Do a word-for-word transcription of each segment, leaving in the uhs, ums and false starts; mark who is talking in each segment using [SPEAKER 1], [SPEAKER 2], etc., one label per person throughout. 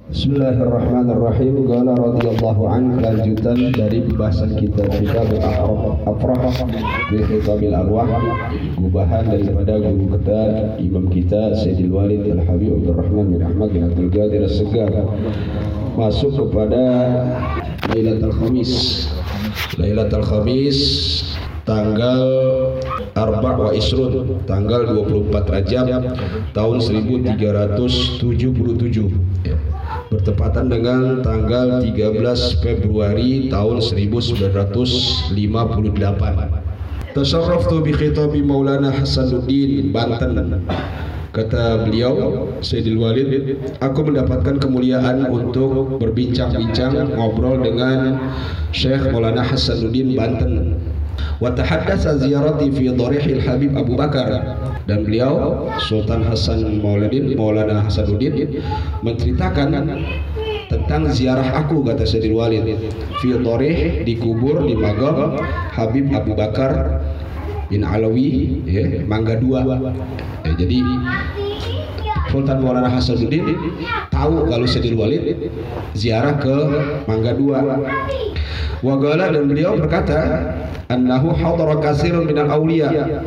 [SPEAKER 1] Bismillahirrahmanirrahim. Qala radhiyallahu anhu, lanjutan dari pembahasan kita kitab Afrah bi Khitabil Arwah, gubahan daripada guru kita imam kita Sayyidil Walid Al-Habib Abdurrahman bin Ahmad bin Abdul Qadir As-Segaf, masuk kepada Lailatul Khamis. Lailatul Khamis tanggal Arba' wa Isrun, tanggal dua puluh empat Rajab tahun seribu tiga ratus tujuh puluh tujuh, ya, bertepatan dengan tanggal tiga belas Februari tahun seribu sembilan ratus lima puluh delapan. Tasarraftu bi khitabi Maulana Hasanuddin Banten. Kata beliau Sayyidil Walid, aku mendapatkan kemuliaan untuk berbincang-bincang ngobrol dengan Syekh Maulana Hasanuddin Banten. Wa tahaddatsa ziyarati fi dharihil Habib Abu Bakar, dan beliau Sultan Hasan Maulidin Maulana Hasanuddin menceritakan tentang ziarah aku, kata Sayyidil Walid, fi dharih, di kubur di magam Habib Abu Bakar bin Alawi, ya, Mangga dua. Ya, jadi Sultan Maulana Hasanuddin tahu kalau Sayyidil Walid ziarah ke Mangga dua. Wagala, dan beliau berkata, annahu hadara katsirun minal awliya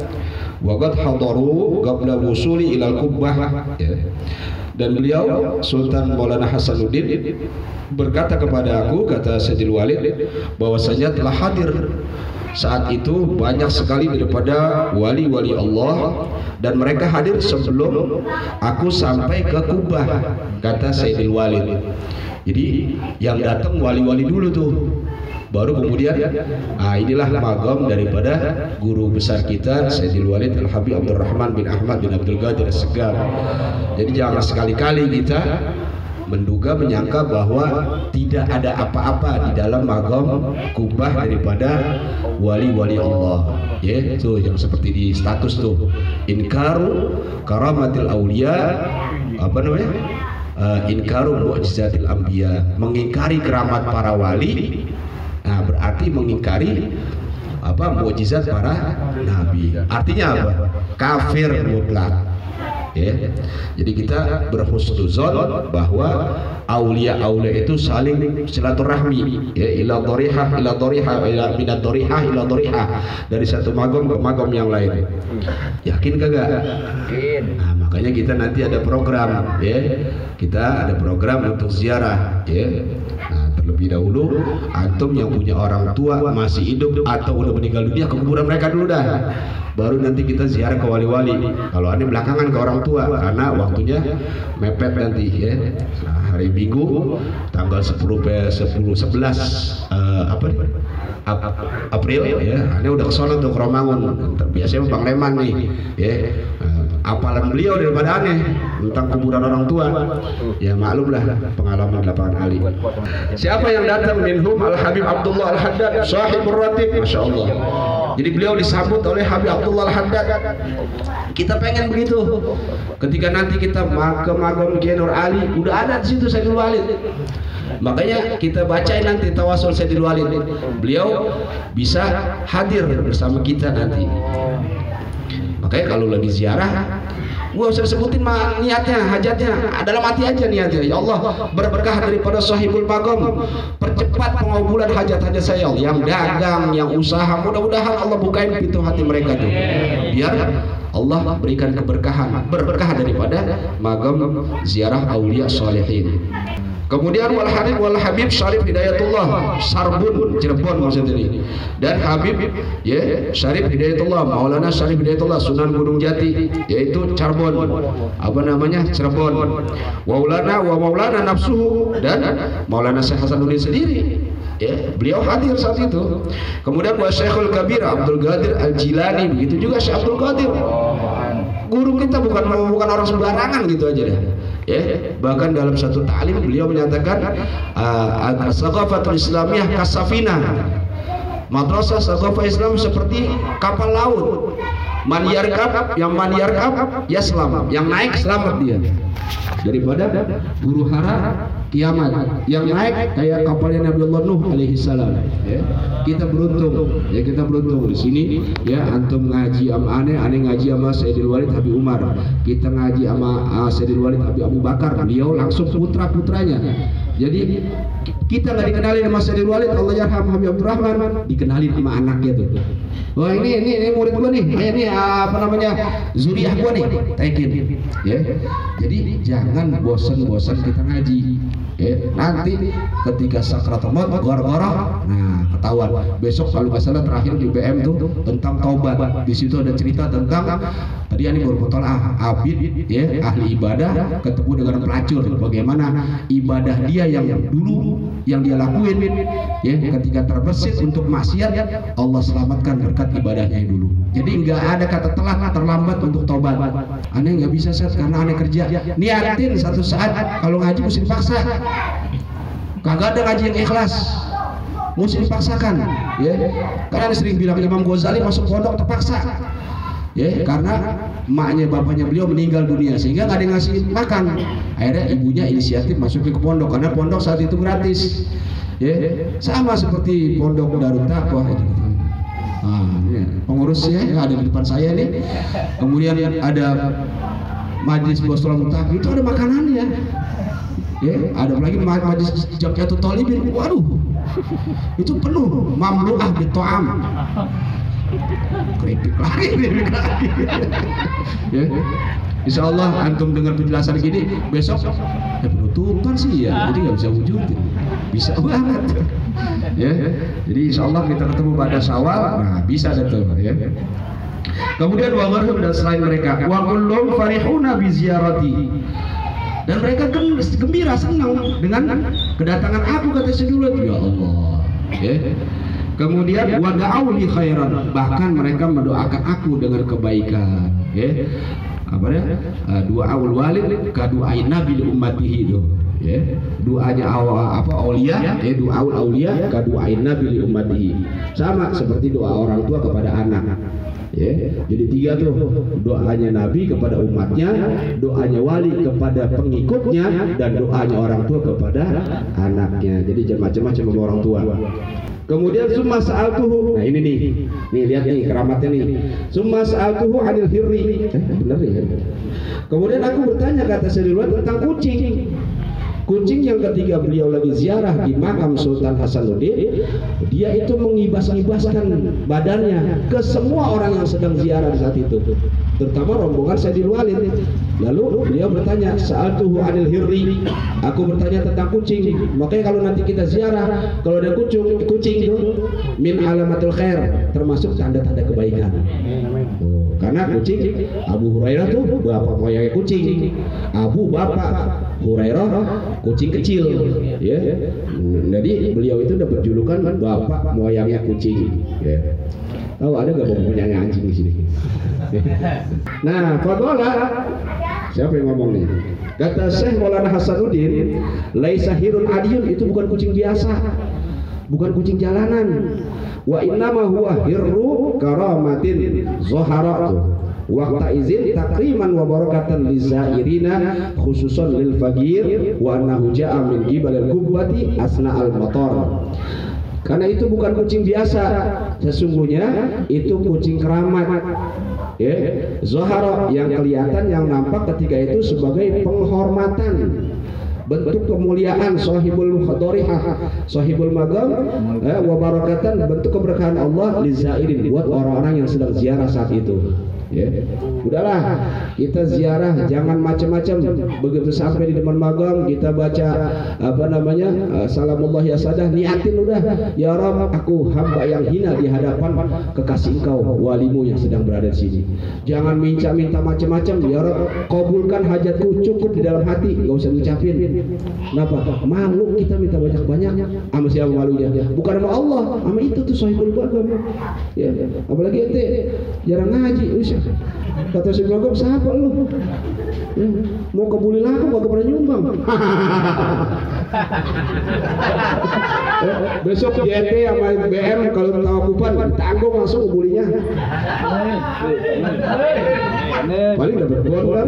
[SPEAKER 1] wa qad hadaru qabla wusuli ilal kubbah, ya. Dan beliau Sultan Maulana Hasanuddin berkata kepada aku, kata Sayyidil Walid, bahwasanya telah hadir saat itu banyak sekali daripada wali-wali Allah, dan mereka hadir sebelum aku sampai ke Kubbah, kata Sayyidil Walid. Jadi yang datang wali-wali dulu tuh, baru kemudian ah inilah magam daripada guru besar kita Sayyidil Walid Al-Habib Abdurrahman bin Ahmad bin Abdul Qadir As-Segaf. Jadi jangan sekali-kali kita menduga menyangka bahwa tidak ada apa-apa di dalam magam kubah daripada wali-wali Allah, ya, itu yang seperti di status tuh, inkaru karamatil aulia, apa namanya, uh, inkaru mu'jizatil anbiya, mengingkari keramat para wali. Nah, berarti mengingkari apa, mukjizat para nabi. Artinya apa? Kafir mutlak. Ya. Jadi kita berhusnuzon bahwa aulia-aulia itu saling silaturahmi, ya, ila dhariha ila dhariha ila minad dhariha ila dhariha, dari satu magam ke magam yang lain. Yakin kagak? Yakin. Nah, makanya kita nanti ada program, ya. Kita ada program untuk ziarah, ya. Nah, terlebih dahulu antum yang punya orang tua masih hidup atau udah meninggal dunia, ke kuburan mereka dulu dah, baru nanti kita ziarah ke wali-wali. Kalau ada belakangan ke orang tua, karena waktunya mepet nanti, ya. Nah, hari Minggu tanggal sepuluh sebelas uh, apa nih? April, ya. Ini udah kesono tuh ke Romangun. Biasanya Bang Leman nih, ya. Uh, apalan beliau daripada aneh tentang kuburan orang tua, ya maklum lah pengalaman lapangan Ali. Siapa yang datang? Minhum Al-Habib Abdullah Al-Haddad sahibur ratib, Masya Allah. Jadi beliau disambut oleh Habib Abdullah Al-Haddad. Kita pengen begitu. Ketika nanti kita ke magam Kiai Nur Ali, udah ada di situ Sayyidil Walid. Makanya kita bacain nanti tawasul Sayyidil Walid. Beliau bisa hadir bersama kita nanti. Makanya kalau lagi ziarah, gua usah sebutin mah niatnya, hajatnya, dalam hati aja niatnya. Ya Allah, berberkah daripada sahibul magam, percepat pengabulan hajat-hajat saya, yang dagang, yang usaha, mudah-mudahan Allah bukain pintu hati mereka tuh, biar Allah berikan keberkahan, berberkah daripada magam ziarah aulia sholihin. Kemudian wal Habib wal Habib Syarif Hidayatullah Sarbun Cirebon maksudnya ini, dan Habib, ya, Syarif Hidayatullah Maulana Syarif Hidayatullah Sunan Gunung Jati, yaitu Cirebon, apa namanya, Cirebon. Maulana wa Maulana nafsuhu, dan Maulana Syekh Hasanuddin sendiri, ya, beliau hadir saat itu. Kemudian wa Syekhul Kabir Abdul Qadir Al-Jilani, begitu juga Syekh Abdul Qadir. Guru kita bukan bukan orang sembarangan gitu aja deh. Ya, bahkan dalam satu ta'lim beliau menyatakan as-saqafatul islamiyah kasafina, madrasah saqafah Islam seperti kapal laut. Man yarkab, yang man yarkab yaslam, yang naik selamat dia daripada huru hara kiamat. Yang naik kayak kapalnya Nabi Allah Nuh alaihi salam. Ya. Kita beruntung, ya kita beruntung di sini. Ya, antum ngaji sama aneh, aneh ngaji sama Sayyidil Walid Habib Umar. Kita ngaji sama uh, Sayyidil Walid Habib Abu Bakar. Beliau langsung putra putranya. Jadi kita nggak dikenalin sama Sayyidil Walid, Allah yarham Habib Abdurrahman, dikenalin sama anaknya tuh. Wah ini ini, ini murid gua nih, eh, ini apa namanya zuriyah gua nih, taikin. Ya, jadi jangan bosan-bosan kita ngaji. Ya, nanti ketika sakratul maut gara-gara, nah ketahuan. Besok kalau nggak salah terakhir di B M tuh tentang taubat. Di situ ada cerita tentang tadi ini baru potol ah, Abid, ya ahli ibadah ketemu dengan pelacur. Bagaimana ibadah dia yang dulu yang dia lakuin, ya ketika terbesit untuk maksiat, Allah selamatkan berkat ibadahnya yang dulu. Jadi nggak ada kata telat terlambat untuk taubat. Aneh nggak bisa set karena aneh kerja. Niatin satu saat kalau ngaji mesti dipaksa. Kagak ada ngaji yang ikhlas, mesti dipaksakan. Ya, karena aneh sering bilang Imam Ghazali masuk pondok terpaksa. Ya, karena maknya bapaknya beliau meninggal dunia sehingga nggak ada yang ngasih makan. Akhirnya ibunya inisiatif masukin ke pondok karena pondok saat itu gratis. Ya, sama seperti pondok Darut Taqwa itu. Nah, ini pengurusnya yang ada di depan saya nih. Kemudian ada majlis Bosral Mutaqi, itu ada makanannya. Ya, ada lagi majlis Jam'iyatul Thalibin. Waduh, itu penuh mamlu'ah bito'am. Keripik lagi, keripik lagi. Ya, insya Allah antum dengar penjelasan gini besok ya penutupan sih ya, jadi nggak bisa wujudin, bisa banget. Ya, jadi insya Allah kita ketemu pada Syawal, nah bisa ada tuh. Ya. Kemudian wa ghairhum, dan selain mereka, wa kullum farihuna bi ziyarati, dan mereka gembira senang dengan kedatangan aku, kata Sayyidul Walid. Ya Allah. Ya. Kemudian wa da'u li khairan, bahkan mereka mendoakan aku dengan kebaikan. Ya. Apa ya? Du'aul walid ka du'ain nabi li ummatihi itu. Ya. Doanya apa aulia, ya du'aul aulia ka du'ain nabi li ummatihi. Sama seperti doa orang tua kepada anak. Ya, jadi tiga tuh, doanya Nabi kepada umatnya, doanya wali kepada pengikutnya, dan doanya orang tua kepada anaknya. Jadi macam-macam sama orang tua. Kemudian summa sa'altuhu, nah ini nih, nih lihat nih keramatnya nih. Summa sa'altuhu anil hirri, eh, benar ya. Kemudian aku bertanya, kata Sayyidul Walid, tentang kucing. Kucing yang ketika beliau lagi ziarah di makam Sultan Hasanuddin, dia itu mengibas-ibaskan badannya ke semua orang yang sedang ziarah di saat itu, terutama rombongan Sayyidul Walid. Lalu beliau bertanya, sa'altuhu anil hirri, aku bertanya tentang kucing. Makanya kalau nanti kita ziarah, kalau ada kucing, kucing itu min alamatul khair, termasuk tanda-tanda kebaikan. Oh, karena kucing, Abu Hurairah tuh bapak moyangnya kucing, Abu bapak, Hurairah kucing kecil, ya. Jadi beliau itu dapat julukan bapak moyangnya kucing. Ya. Tahu ada nggak bapak moyangnya anjing di sini? Nah, faqala, siapa yang ngomong nih? Kata Syekh Maulana Hasanuddin, laisa hirun adiyun, itu bukan kucing biasa, bukan kucing jalanan. Wa innama huwa hirru karamatin zoharatu waqta izin takriman wa barakatan lizairina khususan lil faqir wa annahu ja'a min qibalil kubbati asna al matar. Karena itu bukan kucing biasa, sesungguhnya itu kucing keramat. Ya, zohara yang kelihatan, yang nampak ketika itu sebagai penghormatan, bentuk kemuliaan, sahibul khadorihah, sahibul magam, eh, wa barakatan, bentuk keberkahan Allah lizairin, buat orang-orang yang sedang ziarah saat itu. Ya, udahlah kita ziarah jangan macam-macam. Begitu sampai di depan magam kita baca apa namanya uh, salamullah ya sadah, niatin udah, ya Rabb, aku hamba yang hina di hadapan kekasih Engkau, walimu yang sedang berada di sini. Jangan minta-minta macam-macam, ya Rabb, kabulkan hajatku, cukup di dalam hati, nggak usah ngucapin. Kenapa? Malu kita minta banyak-banyak. Sama siapa malunya? Bukan sama Allah, sama itu tuh sahibul bagam. Ya, apalagi ente jarang ngaji, usah. Kata si Bagam, siapa lu? Ya, mau kebuli laku gak pernah nyumbang. eh, besok J T sama B M kalau tahu kupan tanggung langsung kebulinya. Paling dapat bon kan.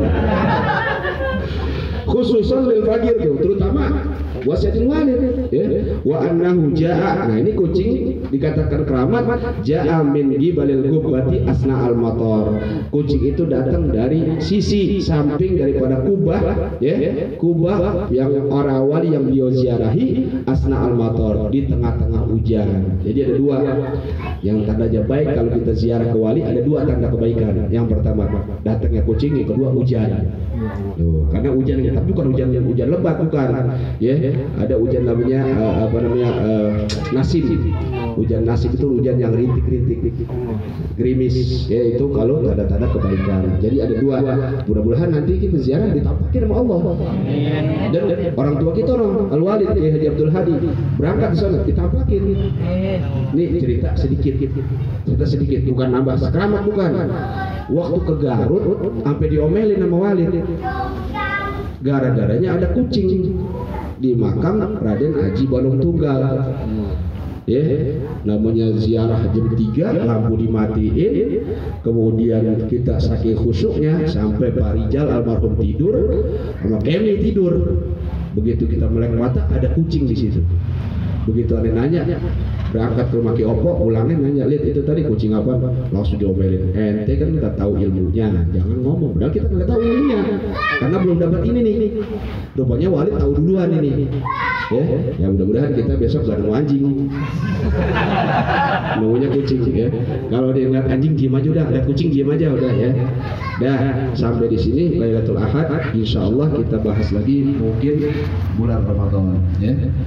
[SPEAKER 1] Khususan lil fakir tuh, terutama wasiatul walid ya. Wa annahu jaa. Nah, ini kucing dikatakan keramat, jaa min gibalil gubbati asna al matar. Kucing itu datang dari sisi samping daripada kubah ya. Kubah yang orang wali yang beliau ziarahi asna al matar, di tengah-tengah hujan. Jadi ada dua yang tandanya baik kalau kita ziarah ke wali, ada dua tanda kebaikan. Yang pertama datangnya kucing, yang kedua hujan. Tuh, karena hujan tapi bukan hujan yang hujan lebat, bukan ya. Ada hujan namanya uh, apa namanya uh, nasib. Hujan nasib itu hujan yang rintik-rintik, gerimis ya, itu kalau tanda-tanda kebaikan. Jadi ada dua. Mudah-mudahan nanti kita ziarah ditampakin sama Allah. Dan, dan orang tua kita no, Al Walid ya Haji Abdul Hadi berangkat ke sana ditampakin. Nih cerita sedikit, cerita sedikit, bukan nambah keramat, bukan. Waktu ke Garut sampai diomelin sama Walid. Gara-garanya ada kucing di makam Raden Haji Balong Tunggal. Ya, namanya ziarah jam tiga, lampu dimatiin, kemudian kita saking khusyuknya sampai Pak Rijal almarhum tidur, sama Kemi tidur. Begitu kita melek mata ada kucing di situ. Begitu ada nanya, berangkat ke rumah Ki Opo, pulangnya nanya, lihat itu tadi kucing apa? Langsung diomelin. Ente kan nggak tahu ilmunya, jangan ngomong. Padahal kita nggak tahu ilmunya, karena belum dapat ini nih. Rupanya Walid tahu duluan ini. Ya, ya mudah-mudahan kita besok gak nemu anjing. Nemunya kucing ya. Kalau dia ngeliat anjing diem aja udah, lihat kucing diem aja udah ya. Dah, sampai di sini Lailatul Ahad. Insya Allah kita bahas lagi mungkin bulan Ramadan ya.